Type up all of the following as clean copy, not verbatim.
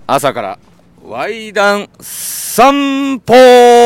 朝からワイダン散歩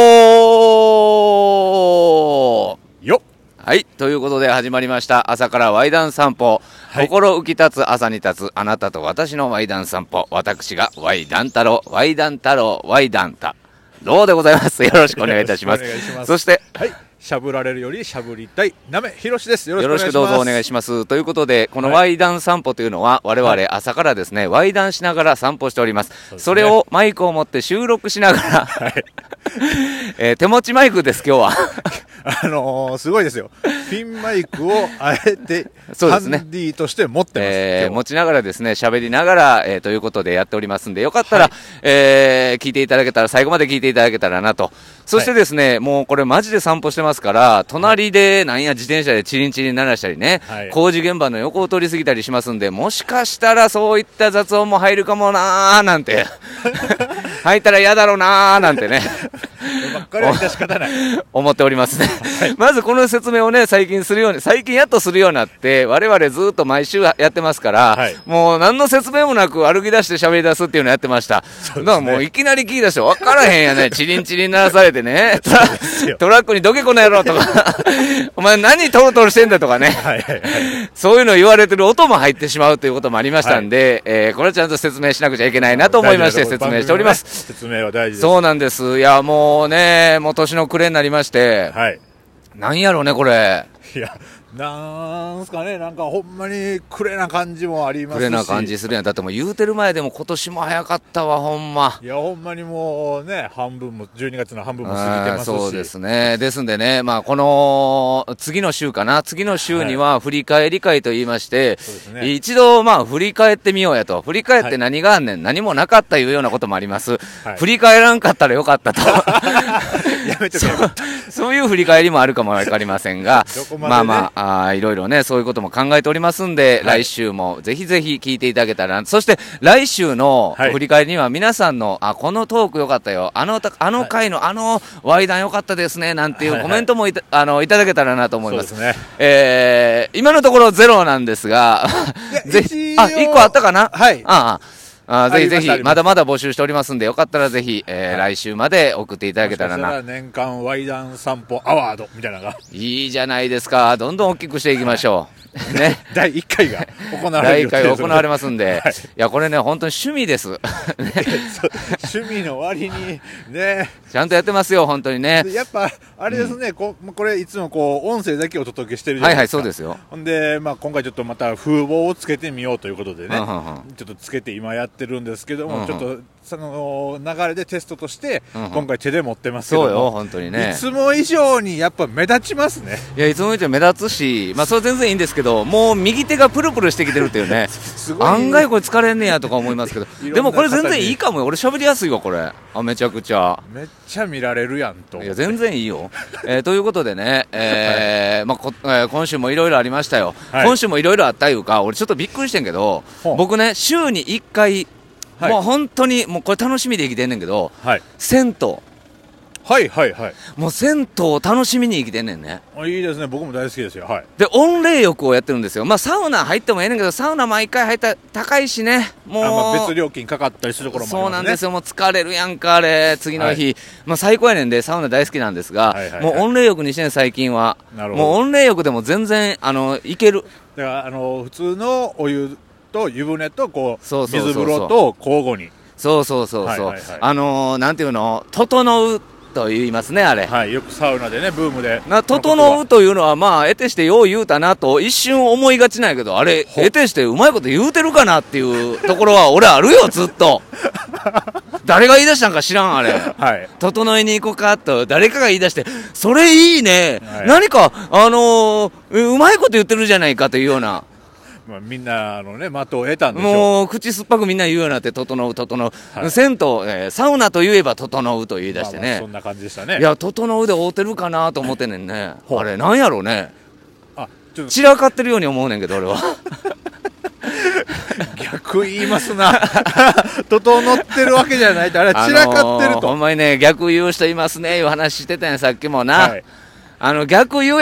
よっ。 はい、ということで始まりました朝からワイダン散歩、 はい、 心浮き立つ朝に立つあなたと私のワイダン散歩、私がワイダン太郎ワイダン太郎ワイダン太郎でございます。よろしくお願いいたします。そしてはいしゃぶられるよりしゃぶりたいなめひろしです。 よろしくどうぞお願いします。ということでこのワイダン散歩というのは、我々朝からですね、ワイダンしながら散歩しております。それをマイクを持って収録しながら、手持ちマイクです今日は。すごいですよ。ピンマイクをあえてハンディとして持ってます。 持ちながらですね、喋りながら、ということでやっておりますんで、よかったら、聞いていただけたら、最後まで聞いていただけたらなと。そしてですね、もうこれマジで散歩してますから、隣でなんや自転車でチリンチリン鳴らしたりね、工事現場の横を通り過ぎたりしますんで、もしかしたらそういった雑音も入るかもなーなんて入ったら嫌だろうなーなんてねばっかりは致し方ない思っておりますね。まずこの説明をね、最近やっとするようになって、我々ずっと毎週やってますから、もう何の説明もなく歩き出して喋り出すっていうのをやってました。だからもういきなり聞き出して分からへんやね、チリンチリン鳴らされてね、トラックにどけこの野郎とかお前何トロトロしてんだとかね、そういうの言われてる音も入ってしまうということもありましたんで、これはちゃんと説明しなくちゃいけないなと思いまして説明しております。 説明は大事です。 そうなんです。いやもうね、もう年の暮れになりまして、なんやろうねこれ。 いやなんすかね、なんかほんまに暮れな感じもありますし、 暮れな感じするやん。だってもう言うてる前でも今年も早かったわほんま。 いやほんまにもうね、半分も12月の半分も過ぎてますし、 そうですね。ですんでね、まあこの次の週には振り返り会と言いまして、一度まあ振り返ってみようやと。振り返って何があんねん、何もなかったいうようなこともあります。振り返らんかったらよかったとやめとけよかった。 そういう振り返りもあるかもわかりませんが、まあまあいろいろね、そういうことも考えておりますんで、来週もぜひぜひ聞いていただけたらな。そして来週の振り返りには皆さんの、このトークよかったよ、あの回のワイダンよかったですねなんていうコメントもいただけたらなと思います。今のところゼロなんですがぜひ1個あったかな。ぜひぜひまだまだ募集しておりますんで、よかったらぜひ、来週まで送っていただけたらな。 年間ワイダン散歩アワードみたいなのがいいじゃないですか。どんどん大きくしていきましょうね、 第1回が行われる第1回行われますんで、いやこれね本当に趣味です、 趣味の割にね、 ちゃんとやってますよ本当にね。 やっぱあれですね、これいつもこう音声だけお届けしてるじゃないですか。 そうですよ。 ほんで、今回ちょっとまた風貌をつけてみようということでね、ちょっとつけて今やってるんですけども、ちょっとその流れでテストとして今回手で持ってますけども、 そうよ本当にね、 いつも以上にやっぱ目立ちますね。 いやいつも以上に目立つし、まあそれ全然いいんですけど、もう右手がプルプルしてきてるっていうね案外これ疲れんねやとか思いますけどでもこれ全然いいかもよ。俺喋りやすいわこれ。めちゃくちゃめっちゃ見られるやんと。 いや全然いいよということでね、今週もいろいろありましたよ。今週もいろいろあったいうか、俺ちょっとびっくりしてんけど、僕ね週に1回もう本当にもうこれ楽しみで生きてんねんけど、銭湯もう銭湯を楽しみに生きてんねんね。 いいですね、僕も大好きですよ。 で温冷浴をやってるんですよ。まあサウナ入ってもええねんけど、サウナ毎回入ったら高いしね、もう別料金かかったりするところもありますね。 そうなんですよ。もう疲れるやんかあれ次の日、まあ最高やねんで、サウナ大好きなんですが、もう温冷浴にしてん最近は。もう温冷浴でも全然いける。 だから普通のお湯と湯船とこう水風呂と交互に、 なんていうの、整うと言いますねあれ。 よくサウナでねブームで整うというのはまあ得てしてよう言うたなと一瞬思いがちなんやけど、あれ得てしてうまいこと言うてるかなっていうところは俺あるよずっと誰が言い出したんか知らんあれ、整えに行こうかと誰かが言い出して、それいいね、何かうまいこと言ってるじゃないかというような、 みんな的を得たんでしょう。 もう口酸っぱくみんな言うようになって、整う、銭湯、サウナといえば整うと言い出してね、 そんな感じでしたね。 いや整うで合うてるかなと思ってんねんねあれなんやろうね、散らかってるように思うねんけど俺は逆言いますな整ってるわけじゃないと、あれ散らかってると、 ほんまにね逆言う人いますねいう話してたんやさっきもな、逆言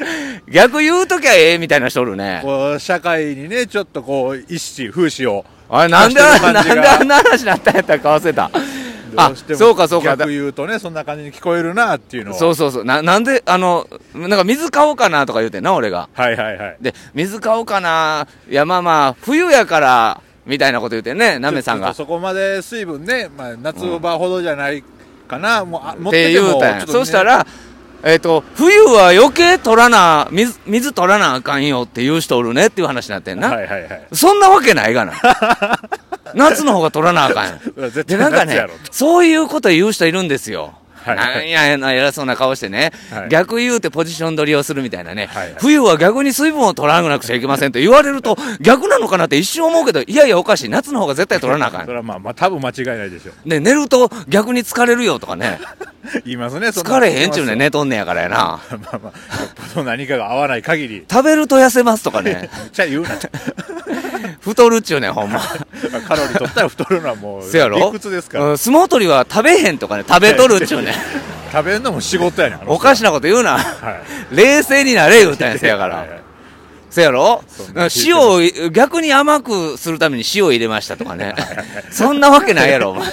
うときはええみたいな人おるね。 こう社会にねちょっとこう風刺をあれなんであんな話になったんやったか忘れた。あ、そうかそうか。 逆言うとね、そんな感じに聞こえるなっていうのは。 そうそうそう。なんで、なんか水買おうかなとか言うてんな、俺が。 はいはいはい。 で、水買おうかな、いやまあまあ、冬やから、みたいなこと言うてんね、なめさんが。 そこまで水分ね、まあ、夏場ほどじゃないかな、もう、持ってってても言うたんや。 ね、 そしたら、冬は余計取らな、水取らなあかんよって言う人おるねっていう話になってんな。 はいはいはい。 そんなわけないがな。夏の方が取らなあかんやん。で、なんかね、そういうこと言う人いるんですよ。 はいはい、 なんや偉そうな顔してね、はい、逆言うてポジション取りをするみたいなね、 はいはい、 冬は逆に水分を取らなくちゃいけませんと言われると逆なのかなって一瞬思うけど、いやいやおかしい、夏の方が絶対取らなあかん。 それはまあ多分間違いないでしょう。 で、寝ると逆に疲れるよとかね言いますね。 疲れへんちゅうね、寝とんねやからやなまあまあ、よっぽど何かが合わない限り食べると痩せますとかねめっちゃ言うな太るっちゅうねほんまカロリー取ったら太るのはもう理屈ですから、 うん、相撲取りは食べへんとかね、食べとるっちゅうね食べるのも仕事やねん。 おかしなこと言うな、はい、冷静になれ言うたんやせやからはい、はい、せやろ、塩を逆に甘くするために塩を入れましたとかねそんなわけないやろお前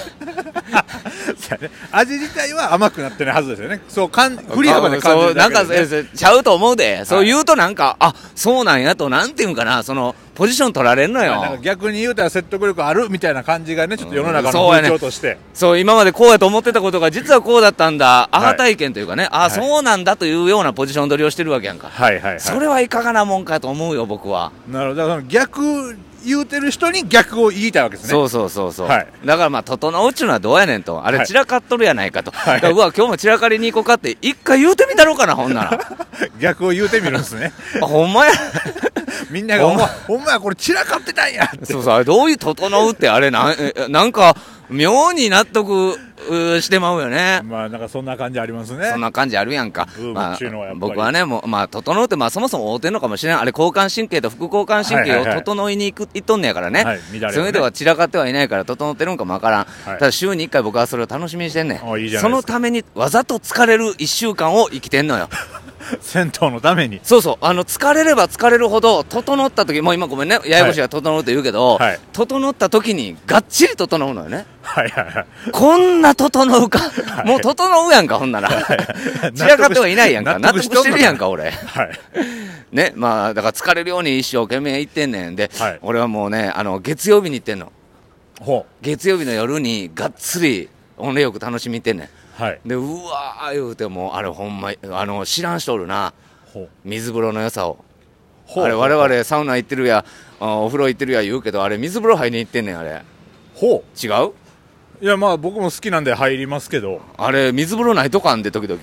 味自体は甘くなってないはずですよね。そう振り幅で感じるだけで、ね、 なんかちゃうと思うで、はい、そう言うとなんかあそうなんやと、なんていうんかな、そのポジション取られんのよ。 なんか逆に言うたら説得力あるみたいな感じがね、ちょっと世の中の風潮として、 そう今までこうやと思ってたことが実はこうだったんだ、アハ体験というかね、あ、そうなんだというようなポジション取りをしてるわけやんか。 はいはいはい、 それはいかがなもんかと思うよ僕は。 なるほど、だから逆言うてる人に逆を言いたいわけですね。 そうそうそうそう、 はい、 だからまあ整うっちゅうのはどうやねんと、あれ散らかっとるやないかと、 はい、 うわ今日も散らかりに行こうかって一回言うてみたろうかなほんなら逆を言うてみるんですねほんまやみんながほんまやこれ散らかってたんやって。 そうそう、あれどういう整うってあれなんか妙に納得してまうよね。 まあなんかそんな感じありますね。 そんな感じあるやんか。 まあ、 僕はね、もうまあ整うってまあそもそも合うてんのかもしれない。あれ交感神経と副交感神経を整いにいっとんねやからね。はい、そういう意味では散らかってはいないから整ってるんかもわからん。はい、ただ週に1回僕はそれを楽しみにしてんねん。 いいじゃないですか。 そのためにわざと疲れる1週間を生きてんのよ。 銭湯のために。 そうそう、疲れれば疲れるほど整った時、もう今ごめんね、ややこしいが整うって言うけど、はい、整った時にがっちり整うのよね。 はいはいはい。 こんな整うか、はい、もう整うやんかほんなら散らかってはいないやんか、納得してるやんか俺、はいね、まあだから疲れるように一生懸命行ってんねんで、はい、俺はもうね月曜日に行ってんの。 ほう。 月曜日の夜にがっつり温冷浴楽しみに行ってんねん。 はい、 でうわー言うてもあれほんま知らん人おるな、水風呂の良さを。あれ我々サウナ行ってるやお風呂行ってるや言うけど、あれ水風呂入りに行ってんねん。あれほう。 違う？ いやまあ僕も好きなんで入りますけど、 あれ水風呂ないとこあんで時々。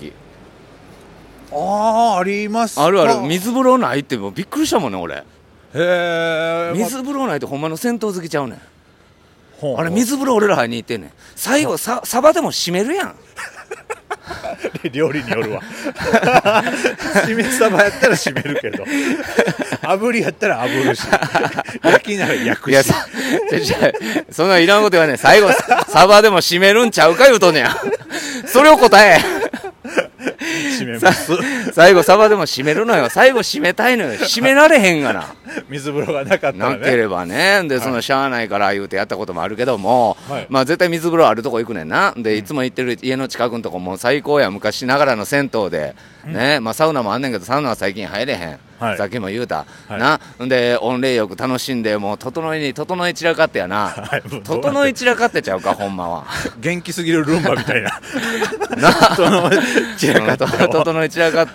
ありますか。 あるある。水風呂ないってもうびっくりしたもんね俺。 へえ。 水風呂ないとほんまの銭湯好きちゃうねん。あれ水風呂俺ら入りに行ってんねん。最後サバでも締めるやん料理によるわ締めサバやったら締めるけど炙りやったら炙るし焼きなら焼くし。いやそんないらんこと言わねえ。最後サバでも締めるんちゃうか言うとんねやそれを答え締めます最後サバでも締めるのよ。最後締めたいのよ。締められへんがな水風呂がなかったらね。 なければね。でそのしゃあないから言うてやったこともあるけども、はい、まあ絶対水風呂あるとこ行くねんな。でいつも行ってる家の近くのとこも最高や。昔ながらの銭湯で、ね、まあサウナもあんねんけどサウナは最近入れへん、はい、さっきも言うた、はい、な。で温冷浴楽しんでもう整い散らかってやな、はい、整い散らかってちゃうかほんまは元気すぎるルンバみたいな整い散らかって、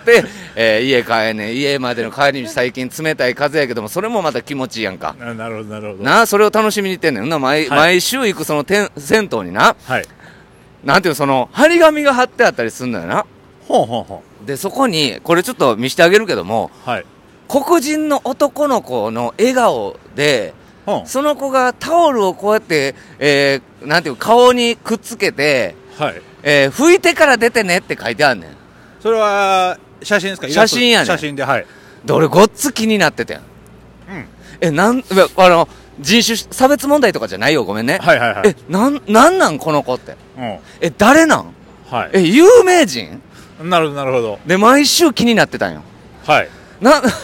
家帰んねん。家までの帰り道最近冷たい風やけどもそれもまた気持ちいいやんか。 なるほどなるほどな。それを楽しみに行ってんねんな。毎週行くその銭湯にな、はい、なんていうその張り紙が貼ってあったりすんのよな。 ほうほうほう。 でそこにこれちょっと見せてあげるけども、はい、黒人の男の子の笑顔で、その子がタオルをこうやって、なんていう顔にくっつけて、はい、拭いてから出てねって書いてあるねん。 それは写真ですか？ 写真やねん。 写真で、はい。 で俺ごっつ気になっててん。うん。人種差別問題とかじゃないよ、ごめんね。 はいはいはい。 なんこの子って。 うん。 誰なん？ はい。 有名人？ なるほどなるほど。 で毎週気になってたんよ。 はい。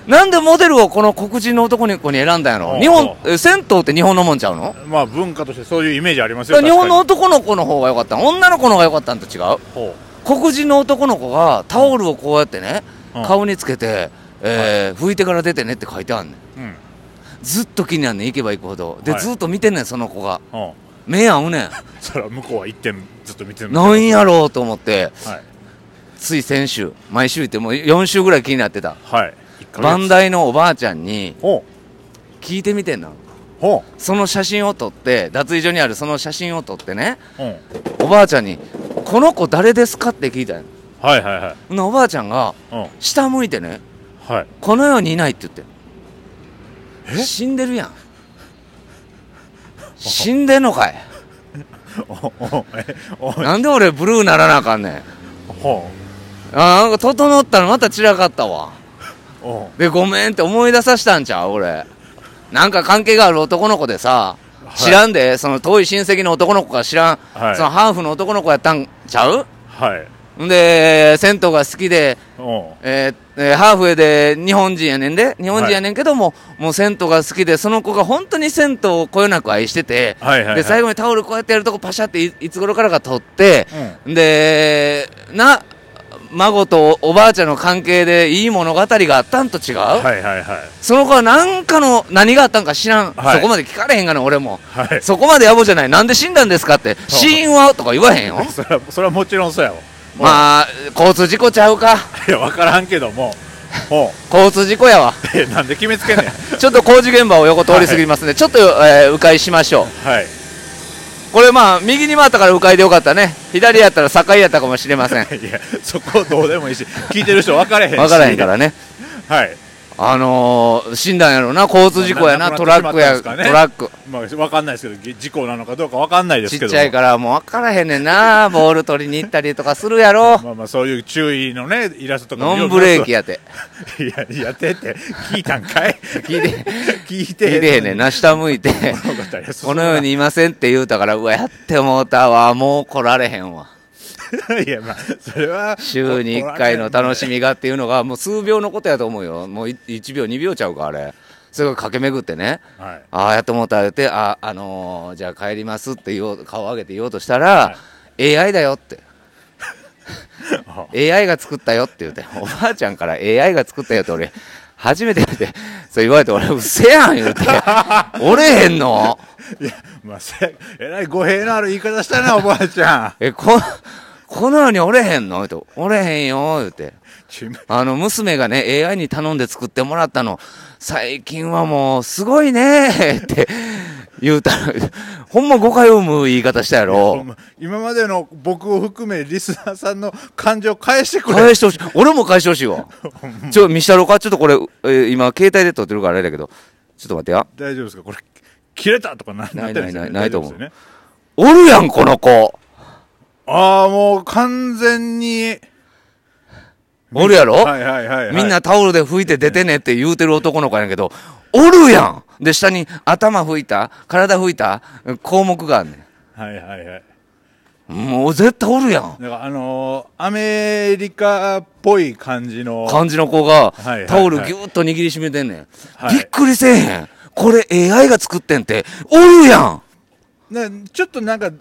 なんでモデルをこの黒人の男の子に選んだんやろ。日本、銭湯って日本のもんちゃうの？ まあ文化としてそういうイメージありますよ。 日本の男の子の方が良かった。女の子の方が良かったんと違う？黒人の男の子がタオルをこうやってね、顔につけて、拭いてから出てねって書いてあんねん。ずっと気になんねん、行けば行くほど。で、ずっと見てんねん、その子が。目合うねん。 そら向こうは一点ずっと見てる。 なんやろうと思って、つい先週、毎週行ってもう4週ぐらい気になってた。バンダイのおばあちゃんに聞いてみてんな。その写真を撮って、脱衣所にあるその写真を撮ってね、おばあちゃんにこの子誰ですかって聞いたんや。おばあちゃんが下向いてね、この世にいないって言って。死んでるやん。死んでんのかい。なんで俺ブルーならなあかんねん。なんか整ったらまた散らかったわ。でごめんって思い出させたんちゃう。俺なんか関係がある男の子でさ、知らんで、その遠い親戚の男の子が知らん、そのハーフの男の子やったんちゃう。で銭湯が好きで、ハーフで日本人やねんで、日本人やねんけども、もう銭湯が好きで、その子が本当に銭湯をこよなく愛してて、で最後にタオルこうやってやるとこパシャって いつ頃からか取って、で孫とおばあちゃんの関係でいい物語があったんと違う。その子は何かの何があったんか知らん、そこまで聞かれへんがな俺も、そこまで野暮じゃない。なんで死んだんですかって、死因はとか言わへんよ。 それはもちろんそうやわ。 まあ交通事故ちゃうか。 いや分からんけども、 交通事故やわ。 なんで決めつけんねん。 ちょっと工事現場を横通り過ぎますんで、ちょっと迂回しましょう。これまあ右に回ったから迂回でよかったね。左やったら境やったかもしれません。いやそこどうでもいいし、聞いてる人分からへんし。 分からへんからね。死んだんやろうな。交通事故やな。トラックや、トラック。 まあ分かんないですけど、事故なのかどうか分かんないですけど、 ちっちゃいからもう分からへんねんな。ボール取りに行ったりとかするやろ。 まあそういう注意のねイラストとかノンブレーキやて。 いやってって聞いたんかい。聞いてへんねんな。下向いてこの世にいませんって言うたから、うわやってもうたわ、もう来られへんわ。 いやまあそれは週に1回の楽しみがっていうのがもう数秒のことやと思うよ。もう1秒2秒ちゃうかあれ。それが駆け巡ってね、ああやって思ったらってじゃあ帰りますって言おう、顔上げて言おうとしたら、AI だよってAI が作ったよって言うて、おばあちゃんから AI が作ったよって俺初めて言って、そう言われて俺うっせやん言うておれへんの。 いやまあえらい語弊のある言い方したなおばあちゃん。 この世におれへんのって、おれへんよ言うて、娘がね AI に頼んで作ってもらったの、最近はもうすごいねって言うたらほんま誤解を生む言い方したやろ。 今までの僕を含めリスナーさんの感情返してくれ。 返してほしい。俺も返してほしいわ。見したろか。ちょっとこれ、今携帯で撮ってるからあれだけど、ちょっと待ってや。 大丈夫ですかこれ。切れたとかなってるんですよね。 ないと思う。おるやんこの子。 もう完全におるやろ。みんなタオルで拭いて出てねって言うてる男の子やねんけど、おるやん。で下に頭拭いた、体拭いた項目があんねん。もう絶対おるやん。 だからアメリカっぽい感じの子がタオルギュッと握りしめてんねん。びっくりせえへん。これ AI が作ってんっておるやん。 ちょっとなんか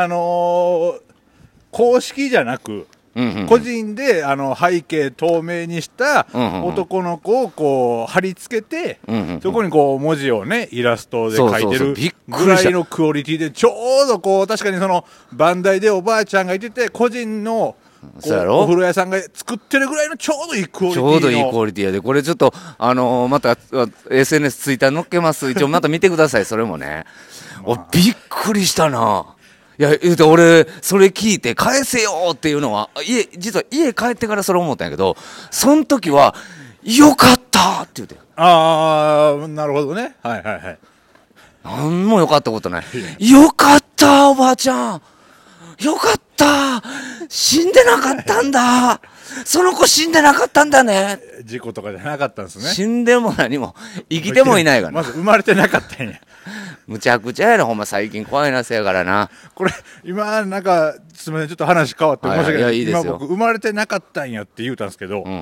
公式じゃなく、個人で背景透明にした男の子をこう貼り付けて、そこにこう文字をねイラストで書いてるぐらいのクオリティで、ちょうどこう確かにそのバンダイでおばあちゃんがいてて、個人のお風呂屋さんが作ってるぐらいのちょうどいいクオリティの、ちょうどいいクオリティやで。これちょっとまた SNS ツイッター載っけます。一応また見てください。それもねびっくりしたな。いや言うて俺それ聞いて返せよっていうのは実は家帰ってからそれ思ったんやけど、その時はよかったって言うて。 なるほどね。 なんもよかったことない。よかったおばあちゃん、よかった、死んでなかったんだ。その子死んでなかったんだね。 事故とかじゃなかったんですね。 死んでも何も生きてもいないからまず生まれてなかったんや。 むちゃくちゃやろほんま。最近怖いなせやからな。 これ今なんかすみませんちょっと話変わって申し訳ない。今僕生まれてなかったんやって言うたんですけど、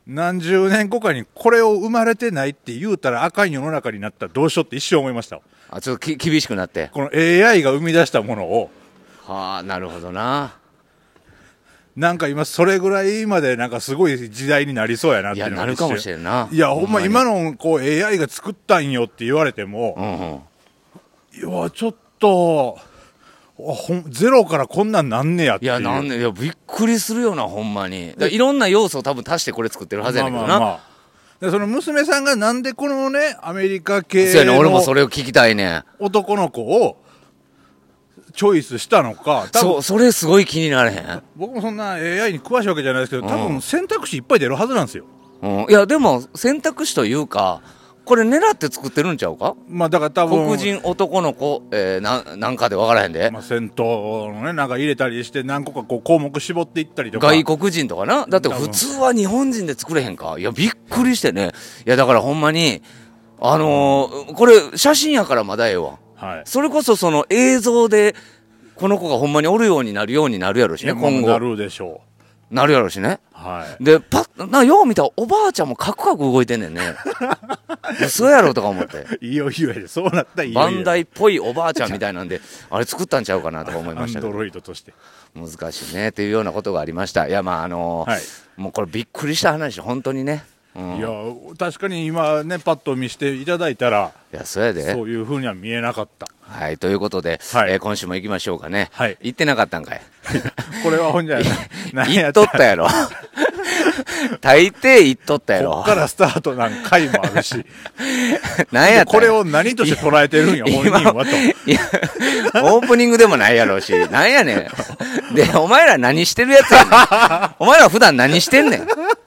何十年後かにこれを生まれてないって言うたらあかん世の中になったらどうしようって一瞬思いました。 ちょっと厳しくなって。 この AI が生み出したものを。 はあ、なるほどな。 なんか今それぐらいまでなんかすごい時代になりそうやなっていうのが。 いや、なるかもしれんな。 いや、ほんま今のこう AI が作ったんよって言われても、いや、ちょっと、ゼロからこんなんなんねやっていう。 いや、びっくりするよな、ほんまに。いろんな要素を多分足してこれ作ってるはずやねんけどな。 でその娘さんがなんでこのね、アメリカ系の俺もそれを聞きたいね。 男の子をチョイスしたのか。 それすごい気になれへん。 僕もそんな AI に詳しいわけじゃないですけど、多分選択肢いっぱい出るはずなんですよ。 いや、でも選択肢というか、これ狙って作ってるんちゃうか。 まあだから多分黒人男の子、なんかで分からへんで。 まあ戦闘のね、なんか入れたりして何個かこう項目絞っていったりとか。 外国人とかな。だって普通は日本人で作れへんか。いや、びっくりしてね。いや、だからほんまに、これ写真やからまだええわ。はい。それこそその映像で、この子がほんまにおるようになるやろしね、今後。 なるでしょう。 なるやろしね。 はい。 で、よう見たらおばあちゃんもカクカク動いてんねんね。嘘やろとか思って。 いよいよやで、そうなったらいいよ。 バンダイっぽいおばあちゃんみたいなんで、あれ作ったんちゃうかなとか思いましたけど。 アンドロイドとして。 難しいね、っていうようなことがありました。いや、まあはい、もうこれびっくりした話、本当にね。 いや、確かに今ね、パッと見していただいたら、 いや、そうやで。 そういうふうには見えなかった。 はい、ということで、今週も行きましょうかね。 はい。 行ってなかったんかい。 これはほんじゃない。行っとったやろ。大抵行っとったやろ。 こっからスタートなん回もあるし。 何やったこれを何として捉えてるんや、本人はと。 いや、オープニングでもないやろうし、なんやねん。で、お前ら何してるやつやねん。お前ら普段何してんねん。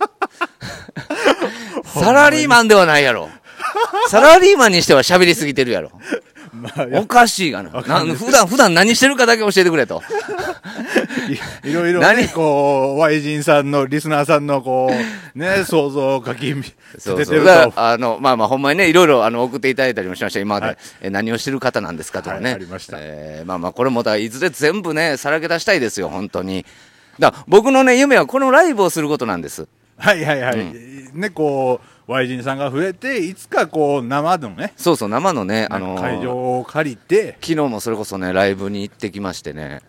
サラリーマンではないやろ。サラリーマンにしては喋りすぎてるやろ。おかしいがな。普段何してるかだけ教えてくれと。 いろいろね、こう、ワイジンさんの、リスナーさんの、こう、ね、想像を書き立ててると。 まあ、ほんまにね、いろいろ送っていただいたりもしました。今まで、何をしてる方なんですかとかね。 ありました。 これもいずれ全部ね、さらけ出したいですよ、本当に。僕のね、夢はこのライブをすることなんです。 はいはいはい。ね、こう、ワイジンさんが増えて、いつかこう、生のね。 そうそう、生のね、 会場を借りて。 昨日もそれこそね、ライブに行ってきましてね。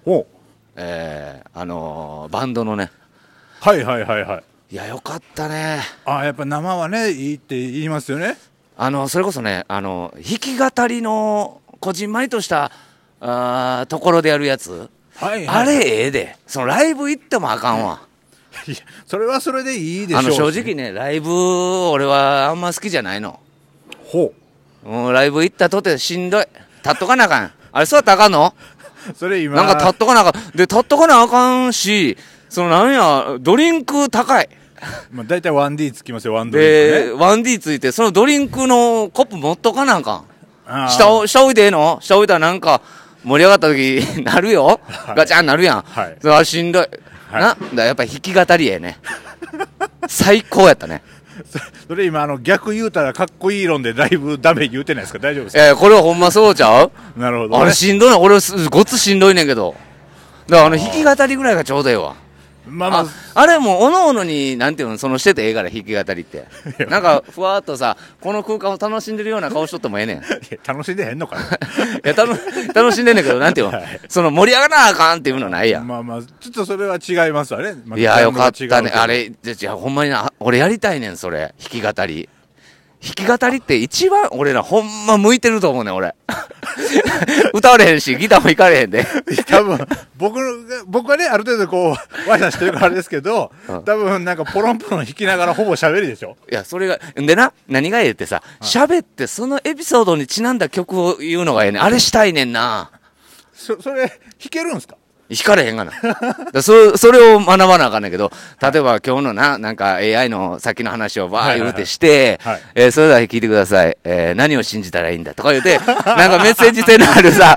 バンドのね。 はいはいはいはい。 いや、よかったね。 やっぱ生はね、いいって言いますよね。 それこそね、弾き語りの、こじんまりとした、ところでやるやつ。はいはい。あれええで。そのライブ行ってもあかんわ。 いや、それはそれでいいでしょう。 正直ね、ライブ、俺はあんま好きじゃないの。 ほう。ライブ行ったとてしんどい。立っとかなあかん。あれ、そうやったらあかんの？ それ今。 なんか立っとかなあかん。で、立っとかなあかんし、なんや、ドリンク高い。 まあ、大体 1D つきますよ、1ドリンク、ね。 1D ついて、そのドリンクのコップ持っとかなあかん。下置いてええの？下置いたらなんか、盛り上がった時なるよ。はい、ガチャンなるやん。はい。それはしんどい。はい、やっぱり弾き語りええね。最高やったね。 それ今逆言うたらかっこいい論でライブダメ言うてないですか？大丈夫ですか？ これはほんまそうちゃう？ なるほど、ね。 あれしんどいな。俺ごっつしんどいねんけど。だから弾き語りぐらいがちょうどええわ。あれもおのおのになんていうの、しててええから、弾き語りってなんかふわっとさ、この空間を楽しんでるような顔しとってもええねん。 楽しんでへんのかな。 いや楽しんでんねんけど、なんていうの、盛り上がらなあかんっていうのないやん。 まあまあちょっとそれは違いますわね。 いや、よかったね。あれほんまにな、俺やりたいねん、それ。弾き語りって一番俺らほんま向いてると思うねん、俺。歌われへんし、ギターも弾かれへんで。 多分、僕はね、ある程度こう、ワイさんしてるからあれですけど、多分なんかポロンポロン弾きながらほぼ喋りでしょ。 いや、それが、でな、何がええってさ、喋ってそのエピソードにちなんだ曲を言うのがええねん。あれしたいねんな。 それ、弾けるんすか？ 弾かれへんがな。それを学ばなあかんねんけど、例えば今日のなんか AI の先の話をバー言うてして、それでは聞いてください。何を信じたらいいんだとか言うて、なんかメッセージ性のあるさ、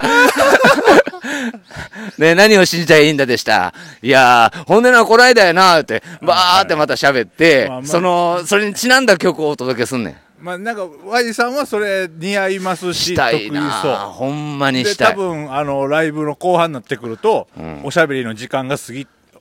ね、何を信じたらいいんだでした。いやー、ほんでな、こないだよなーって、バーってまた喋って、それにちなんだ曲をお届けすんねん。 まあ、なんか、ワイさんはそれ似合いますし、 したいな得意そう。 ほんまにしたい。 で、多分、ライブの後半になってくると、おしゃべりの時間が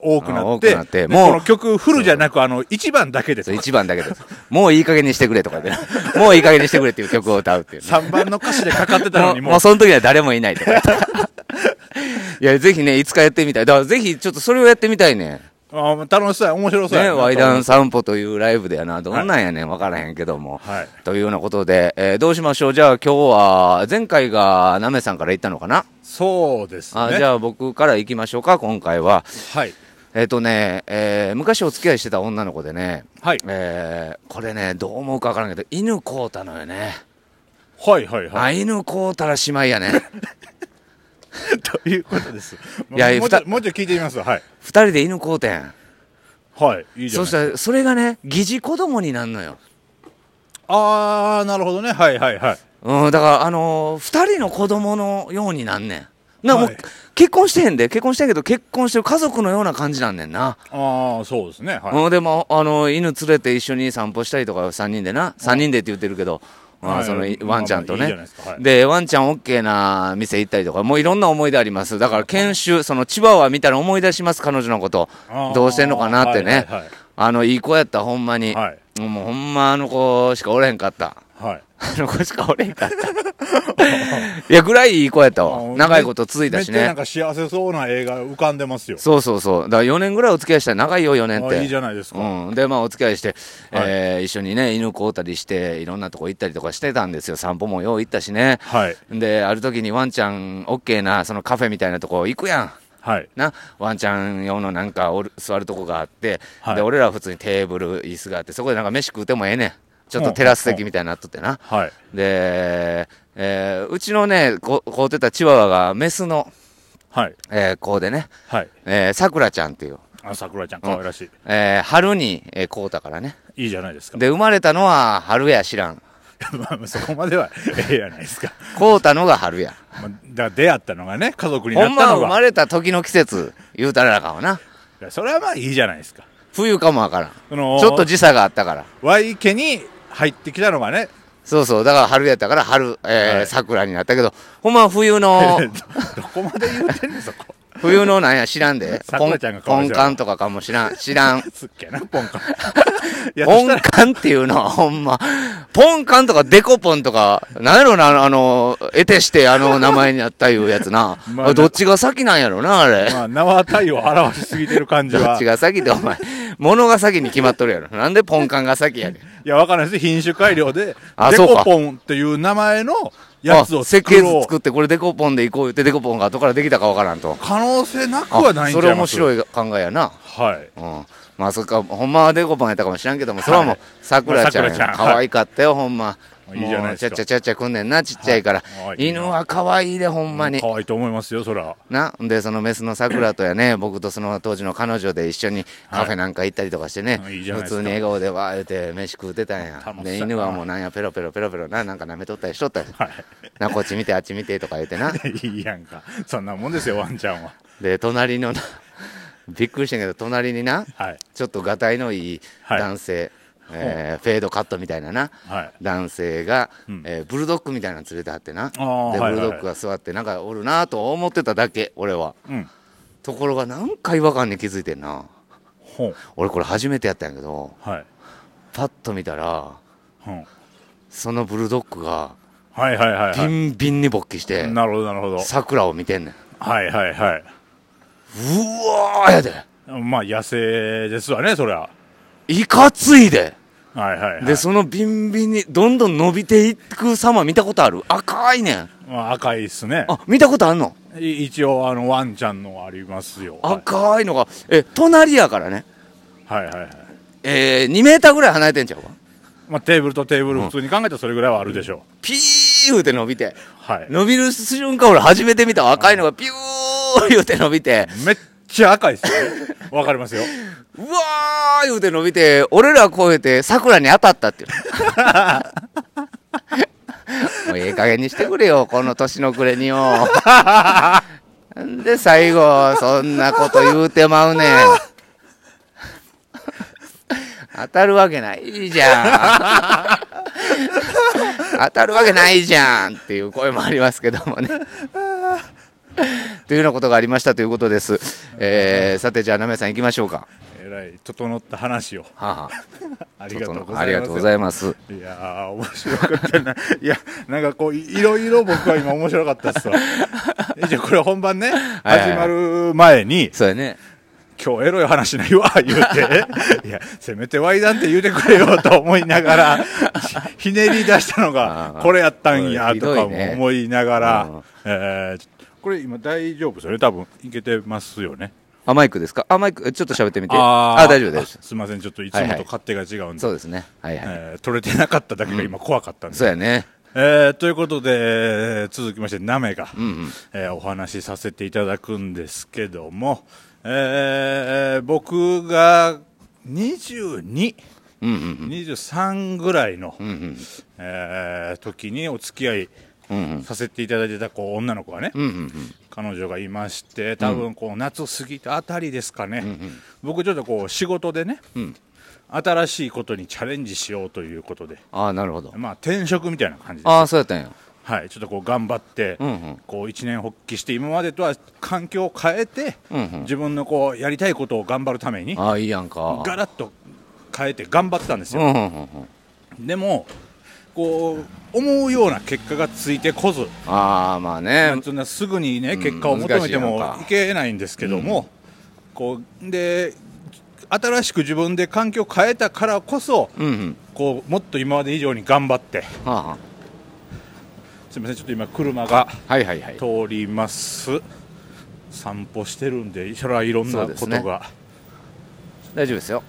多くなってもうこの曲フルじゃなく1番だけです。 1番だけです。もういい加減にしてくれとかでもういい加減にしてくれっていう曲を歌うっていう、ね、 3番の歌詞でかかってたのにもうその時は誰もいないとかいやぜひねいつかやってみたい。だからぜひちょっとそれをやってみたいね。 楽しそうや、面白そうやね。 ワイダン散歩というライブでやな、どんなんやねん分からへんけども、はい、というようなことで、どうしましょう。じゃあ今日は前回がなめさんから行ったのかな。 そうですね。 じゃあ僕から行きましょうか。今回ははい昔お付き合いしてた女の子でね、 はいこれねどう思うか分からんけど犬こうたのよね。 はいはいはい。 犬こうたらしまいやねということです。 いやもうちょっと聞いてみます。はい。 2人で犬こうてん。 はい、いいじゃないですか。 そしたらそれがね疑似子供になるのよ。 あーなるほどね。はいはいはい。 だから2人の子供のようになんねんな、 はい、 もう結婚してへんで、結婚してんけど結婚してる家族のような感じなんねんな。 ああそうですね。はい、 でも犬連れて一緒に散歩したりとか3人でな、3人でって言ってるけど、そのワンちゃんとね、でワンちゃん OK な店行ったりとか、もういろんな思い出あります。だから研修、その千葉は見たら思い出します。彼女のことどうしてんのかなってね、いい子やったほんまに、もうほんま子しかおれへんかった、子しかおれへんかったいやぐらいいい子やったわ。長いこと続いたしね。 めっちゃなんか幸せそうな映画浮かんでますよ。 そうそうそう。だから4年ぐらいお付き合いしたら長いよ。4年っていいじゃないですか。 でお付き合いして、一緒にね犬飼うたりしていろんなとこ行ったりとかしてたんですよ。散歩もよう行ったしね、である時にワンちゃん OK なそのカフェみたいなとこ行くやん、なワンちゃん用のなんか座るとこがあって、で俺らは普通にテーブル椅子があって、そこでなんか飯食うてもええねん。ちょっとテラス席みたいになっとってな、で、うちのね飼うてたチワワがメスの、子でね、さくらちゃんっていう、 さくらちゃん可愛らしい、 春に飼うたからね。 いいじゃないですか。 で生まれたのは春や知らんそこまではええやないですか。 飼うたのが春や。 だから出会ったのがね、家族になったのがほんま生まれた時の季節言うたらあかんわな。 それはまあいいじゃないですか。 冬かもわからん、ちょっと時差があったから。 ワイ家に入ってきたのがね。 そうそう、だから春やったから春、桜になったけど、ほんま冬のどこまで言うてんねんそこ。 冬のなんや知らんで、 ポンカンとかかも知らんすっげえなポンカンポンカンっていうのはほんまポンカンとかデコポンとかなんやろな、得てして名前になったいうやつなどっちが先なんやろなあれ。 名は体を表しすぎてる感じは。 どっちが先ってお前物が先に決まっとるやろ。なんでポンカンが先やねん。 いやわからないです。品種改良でデコポンっていう名前のやつを設計図作って、これデコポンでいこうってデコポンが後からできたかわからんと。 可能性なくはないんちゃいます。 それ面白い考えやな。まあそっか、ほんまはデコポンやったかもしらんけども、それはもうさくらちゃん可愛かったよ、ほんま。 いいじゃないですか。 ちゃちゃくんねんな、ちっちゃいから。犬は可愛いで、ほんまに。 可愛いと思いますよ、そら。 で、そのメスのさくらとやね、僕とその当時の彼女で一緒にカフェなんか行ったりとかしてね、普通に笑顔でわーって飯食うてたんや。で、犬はもうなんや、ペロペロなんか舐めとったりしとったり。こっち見て、あっち見てとか言ってな。 いいやんか。そんなもんですよ、ワンちゃんは。 で、隣のびっくりしたけど、隣にな、ちょっとがたいのいい男性、フェードカットみたいなな、男性が、ブルドッグみたいなの連れてはってな、でブルドッグが座ってなんかおるなと思ってただけ俺は、ところがなんか違和感に気づいてんな。俺これ初めてやったんやけど、パッと見たら、そのブルドッグがビンビンに勃起して、桜を見てんねん。うわーやで。 まあ野生ですわね、そりゃ。 いかついで。でそのビンビンにどんどん伸びていく様見たことある？赤いねん。 赤いっすね。 見たことあんの？ 一応ワンちゃんのありますよ。 赤いのが隣やからね。2メーターぐらい離れてんちゃうか。 テーブルとテーブル普通に考えたらそれぐらいはあるでしょう。 ピー言うて伸びて、伸びる瞬間俺初めて見た。赤いのがピュー言うて伸びて、 めっちゃ赤いっすね。わかりますよ。 うわー言うて伸びて、俺ら超えて桜に当たったっていうもうええ加減にしてくれよ、この年の暮れによ。なんで最後そんなこと言うてまうねん。当たるわけないじゃん。当たるわけないじゃんっていう声もありますけどもね。 というようなことがありましたということです。さてじゃあなめさん行きましょうか。 えらい整った話を、 はあ、 ありがとうございます。 ありがとうございます。 いやー面白かったな。いやなんかこういろいろ僕は今面白かったっすわ。じゃこれ本番ね始まる前に、 そうやね。 今日エロい話ないわ言うていやせめてワイダンって言うてくれよと思いながらひねり出したのがこれやったんやとかも思いながら、これ今大丈夫ですよね。多分いけてますよね。 マイクですか。マイクちょっと喋ってみて。大丈夫です。 すみませんちょっといつもと勝手が違うんで、 そうですね。 取れてなかっただけが今怖かったんで、 そうやね。 ということで、続きましてナメが、お話しさせていただくんですけども、僕が22、23ぐらいの、時にお付き合いさせていただいてた女の子がね、彼女がいまして、多分夏過ぎたあたりですかね、僕ちょっと仕事でね、新しいことにチャレンジしようということで、 なるほど。 転職みたいな感じです。 そうやったんや。 はい、ちょっと頑張って、一年発起して今までとは環境を変えて、自分のやりたいことを頑張るためにいいやんかガラッと変えて頑張ってたんですよ。でも思うような結果がついてこず、すぐにね結果を求めてもいけないんですけども、で新しく自分で環境を変えたからこそ、もっと今まで以上に頑張って、すみませんちょっと今車が通ります、散歩してるんでそれはいろんなことが、 大丈夫ですよ。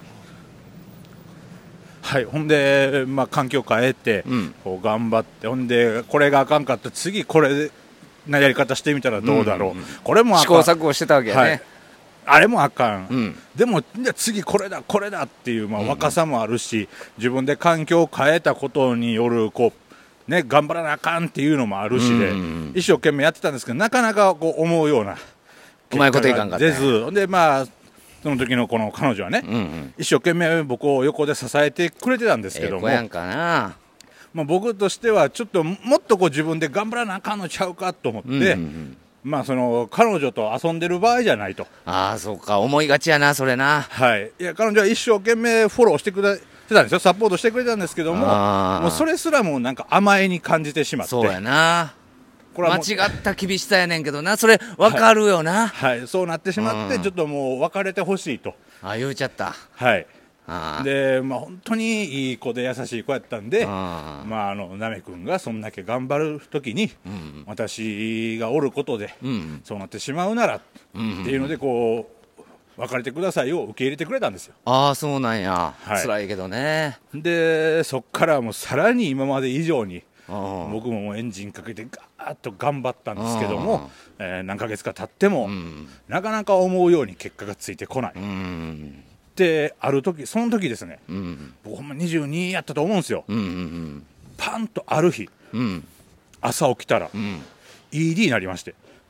はい、ほんで、環境変えて、頑張って、ほんでこれがあかんかった次これなやり方してみたらどうだろう、これもあかん、 試行錯誤してたわけやね、 あれもあかん、でも次これだっていう、若さもあるし、自分で環境を変えたことによる頑張らなあかんっていうのもあるしで、一生懸命やってたんですけど、なかなか思うようなうまいこといかんかった。 出ずで、その時のこの彼女はね、一生懸命僕を横で支えてくれてたんですけども、僕としてはちょっともっと自分で頑張らなあかんのちゃうかと思って、その彼女と遊んでる場合じゃないと。 そうか、思いがちやなそれな。 はい、いや彼女は一生懸命フォローしてくれてたんですよ。サポートしてくれたんですけども、もうそれすらもなんか甘えに感じてしまって。 そうやな、これは間違った厳しさやねんけどな、それ分かるよな。 そうなってしまって、ちょっともう別れてほしいと言うちゃった。 で本当にいい子で優しい子やったんで、なめくんがそんだけ頑張る時に、私がおることで、そうなってしまうならっていうので別れてくださいを受け入れてくれたんですよ。 そうなんや、辛いけどね。 でそっからもうさらに今まで以上に僕ももうエンジンかけてガーッと頑張ったんですけども、何ヶ月か経っても、なかなか思うように結果がついてこない、である時その時ですね、僕ほんま22やったと思うんですよ、パンとある日、朝起きたら、ED になりまして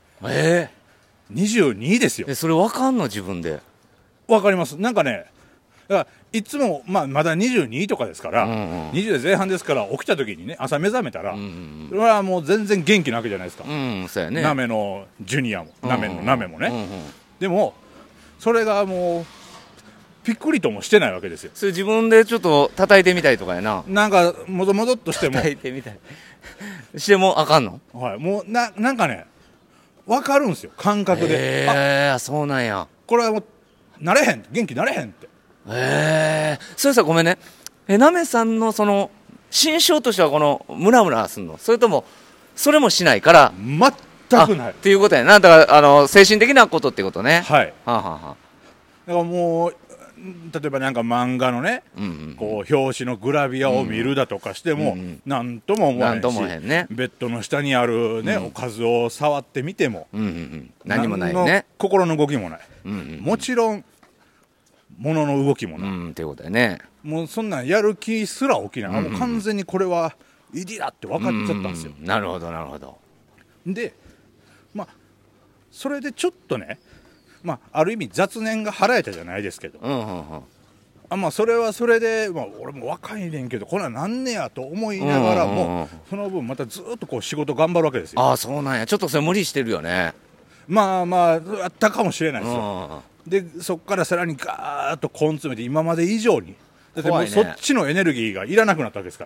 。22ですよ。 それ分かんの？自分で分かります。なんかね、だからいつも、まだ22とかですから、20代前半ですから、起きた時にね朝目覚めたら、それはもう全然元気なわけじゃないですか、 そうやね、 なめのジュニアもなめもね、でもそれがもうぴっくりともしてないわけですよ。 それ自分でちょっと叩いてみたいとかやな。 なんかもぞもぞっとしても叩いてみたいしてもあかんの？ もうなんかね分かるんですよ、感覚で。 そうなんや。 これはもうなれへん、元気なれへんって。 それさ、ごめんね、なめさんのその心象としてはムラムラすんの？それともそれもしないから全くないっていうことやな。だから精神的なことってことね。 だからもう例えばなんか漫画のね、表紙のグラビアを見るだとかしても、なんとも思わないし、ベッドの下にあるね、おかずを触ってみても、 何もないね。 心の動きもない、もちろん物の動きもない、 っていうことだよね。 もうそんなんやる気すら起きない、もう完全にこれはイディだって分かっちゃったんですよ。 なるほどなるほど。 でそれでちょっとね、ある意味雑念が払えたじゃないですけど、それはそれで、俺も若いねんけどこれはなんねやと思いながらも、その分またずっと仕事頑張るわけですよ。 そうなんや。ちょっとそれ無理してるよね。 まあまああったかもしれないですよ。でそこからさらにガーッと根詰めて今まで以上にだってもうそっちのエネルギーがいらなくなったわけですから、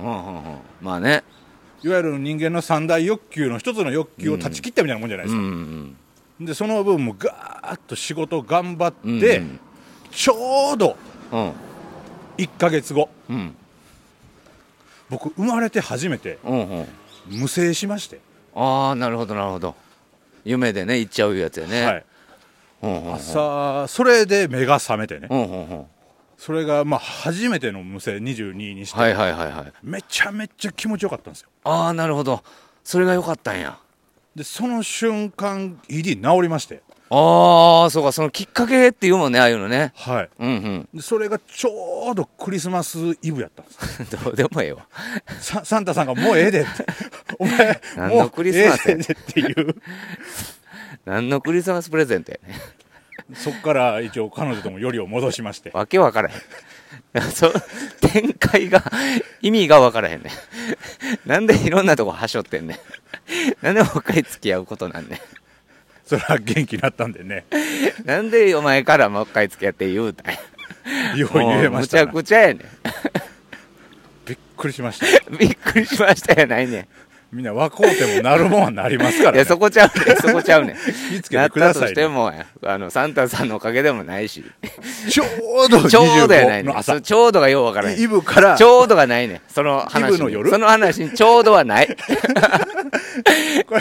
まあね、 いわゆる人間の三大欲求の一つの欲求を断ち切ったみたいなもんじゃないですか、でその分もガーッと仕事頑張って、ちょうど1ヶ月後、僕生まれて初めて無精しまして、 ああなるほどなるほど、夢でね行っちゃうやつやね、はい、 朝それで目が覚めてね、それがまあ初めての無精22にして、めちゃめちゃ気持ちよかったんですよ。 ああなるほど、それが良かったんや。 でその瞬間 ED 治りまして、 ああそうか、そのきっかけっていうもんね、ああいうのね、 はい、でそれがちょうどクリスマスイブやったんですどうでもええわサンタさんがもうええでってお前何のクリスマスやもうええでっていう何のクリスマスプレゼントやねそっから一応彼女ともよりを戻しまして、 わけわからへん展開が意味がわからへんねなんでいろんなとこはしょってんねなんでもう一回付き合うことなんねそれは元気になったんでねなんでお前からもう一回付き合って言うたんやよう言えましたな。 むちゃくちゃやねびっくりしましたびっくりしましたやないねん。 みんな若うてもなるもんはなりますからね。 いやそこちゃうねそこちゃうね気付けてくださいね。 なったとしてもサンタさんのおかげでもないしちょうどちょうどやないねん。ちょうどがようわからへん。 イブからちょうどがないねん。その話にイブの夜その話にちょうどはないこれ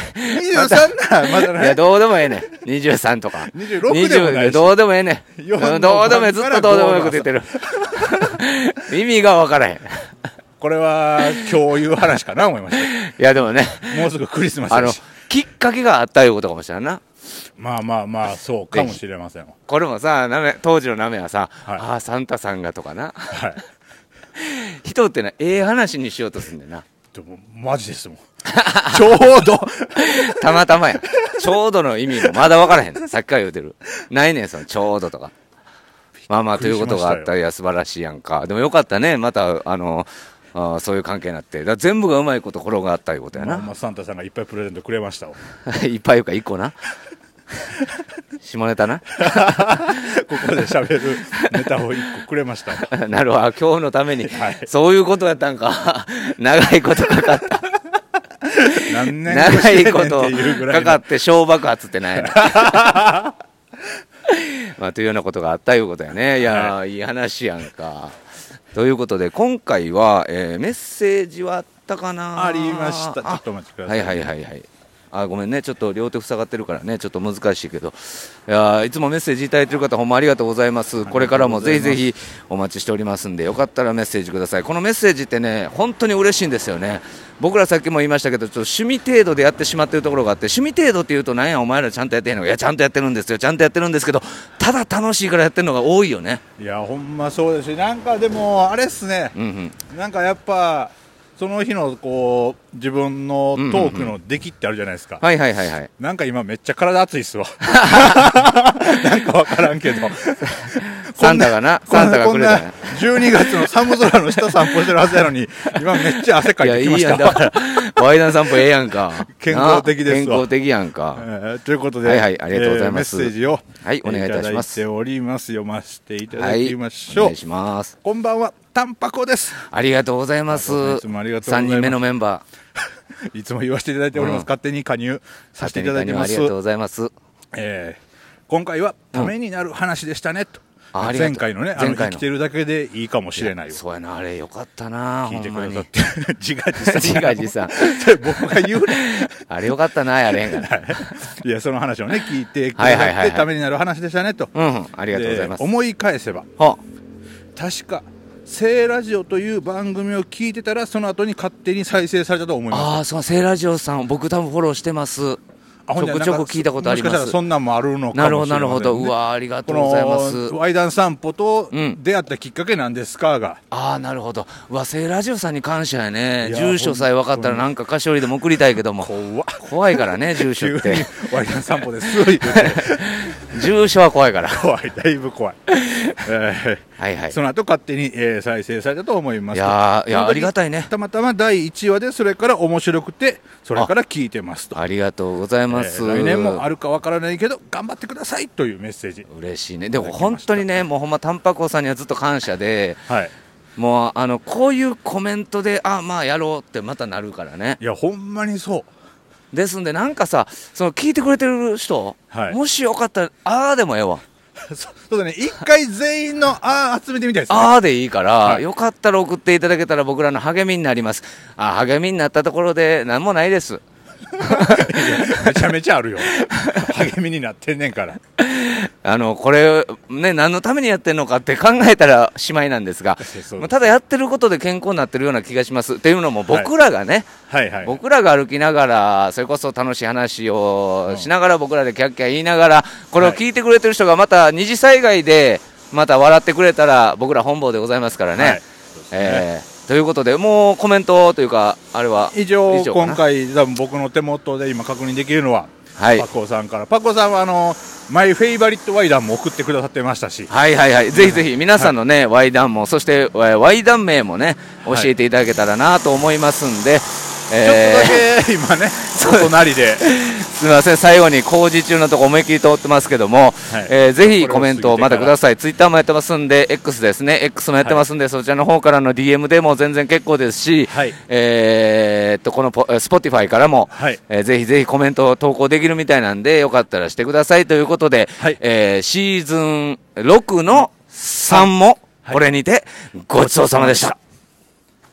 23ならまだね。 いやどうでもええねん。23とか 26でもないしどうでもええねん。どうでもええ、ずっとどうでもよく出てる意味がわからへん。 これは今日言う話かな思いました。 いやでもね、 もうすぐクリスマスだし、 きっかけがあったいうことかもしれんな。 まあまあまあそうかもしれません。 これもさ当時のなめはさ、ああサンタさんがとかな、人ってのは話にしようとすんだよな。 でもマジですもんちょうどたまたまや。ちょうどの意味もまだ分からへんねん。さっきから言うてる。ないねんそのちょうどとか。まあまあということがあったら、いや素晴らしいやんか。でもよかったね、またそういう関係になって、だから全部がうまいこと転がったいうことやな。 まあサンタさんがいっぱいプレゼントくれましたわいっぱいいうか1個な下ネタなここで喋るネタを1個くれましたなるほど、今日のために、そういうことやったんか長いことかかった何年長いことかかって小爆発ってないまあというようなことがあったいうことやね。いや、いい話やんか。ということで今回は、メッセージはあったかな。 ありました。ちょっとお待ちください。 はいごめんね、ちょっと両手塞がってるからね、ちょっと難しいけど、いつもメッセージいただいてる方ほんまありがとうございます。これからもぜひぜひお待ちしておりますんで、よかったらメッセージください。このメッセージってね本当に嬉しいんですよね。僕らさっきも言いましたけど、ちょっと趣味程度でやってしまってるところがあって、趣味程度っていうとなんやお前らちゃんとやってへんの。いやちゃんとやってるんですよ、ちゃんとやってるんですけど、ただ楽しいからやってるのが多いよね。 いやほんまそうですし、なんかでもあれっすね、なんかやっぱその日のこう自分のトークの出来ってあるじゃないですか。なんか今めっちゃ体熱いっすわなんか分からんけどサンタがくれたね。 12月の寒空の下散歩してるはずやのに今めっちゃ汗かいてきました。 いやいいやん、だからワイダン散歩ええやんか健康的ですわ。 健康的やんか、 ということで、 ありがとうございます。 メッセージをお願いいたします。 いただいております。読ませていただきましょう。 お願いします。 こんばんは、タンパコです。 ありがとうございます。 いつもありがとうございます。 3人目のメンバーいつも言わせていただいております。勝手に加入させていただいてます。 ありがとうございます。 今回はためになる話でしたねと。前回のね、生きてるだけでいいかもしれないよ。 そうやな、あれよかったな。 聞いてくださって自画自賛僕が言うねあれよかったな、やれへんがいやその話をね聞いてくださってためになる話でしたねと。 ありがとうございます。 思い返せば確か聖ラジオという番組を聞いてたらその後に勝手に再生されたと思います。 ああ、そう聖ラジオさん僕多分フォローしてます。ちょくちょく聞いたことあります。 もしかしたらそんなんもあるのかもしれませんね。 なるほど。うわありがとうございます。 ワイダン散歩と出会ったきっかけなんですかが、 ああなるほど。うわ聖ラジオさんに感謝やね。住所さえ分かったらなんか菓子折りでも送りたいけども怖いからね住所って。 ワイダン散歩です住所は怖いからだいぶ怖いはいはい、 その後勝手に、再生されたと思います。 いやありがたいね。 たまたま第1話でそれから面白くてそれから聞いてますと。 ありがとうございます、 来年もあるかわからないけど頑張ってくださいというメッセージ。 嬉しいね。でも本当にね、もうほんまタンパコさんにはずっと感謝で、 はい、 もうこういうコメントでまあやろうってまたなるからね。 いやほんまにそうですんで、なんかさ、その聞いてくれてる人、はい、もしよかったらでもええわそうだね、一回全員の集めてみたいですね。 でいいから、はい、よかったら送っていただけたら僕らの励みになります。励みになったところで何もないですめちゃめちゃあるよ励みになってんねんからこれね、何のためにやってるのかって考えたらしまいなんですがただやってることで健康になってるような気がします。っていうのも僕らがね、はいはいはい、僕らが歩きながらそれこそ楽しい話をしながら、僕らでキャッキャ言いながらこれを聞いてくれてる人がまた二次災害でまた笑ってくれたら僕ら本望でございますからね、はいということで、もうコメントというかあれは以上今回多分僕の手元で今確認できるのは、はい、パコさんから。パコさんはマイフェイバリットワイダンも送ってくださってましたし、 はいはいはい、ぜひぜひ皆さんのね、ワイダンもそしてワイダン名もね教えていただけたらなと思いますんで、 ちょっとだけ今ねお隣ですみません、最後に工事中のとこ思いっきり通ってますけども、はい、ぜひコメントをまたください。ツイッターもやってますんで X ですね、 X もやってますんで、はい、そちらの方からの DM でも全然結構ですし、はい、このSpotify からも、はい、ぜひぜひコメントを投稿できるみたいなんでよかったらしてくださいということで、はい、シーズン6の3もこれにてごちそうさまでした。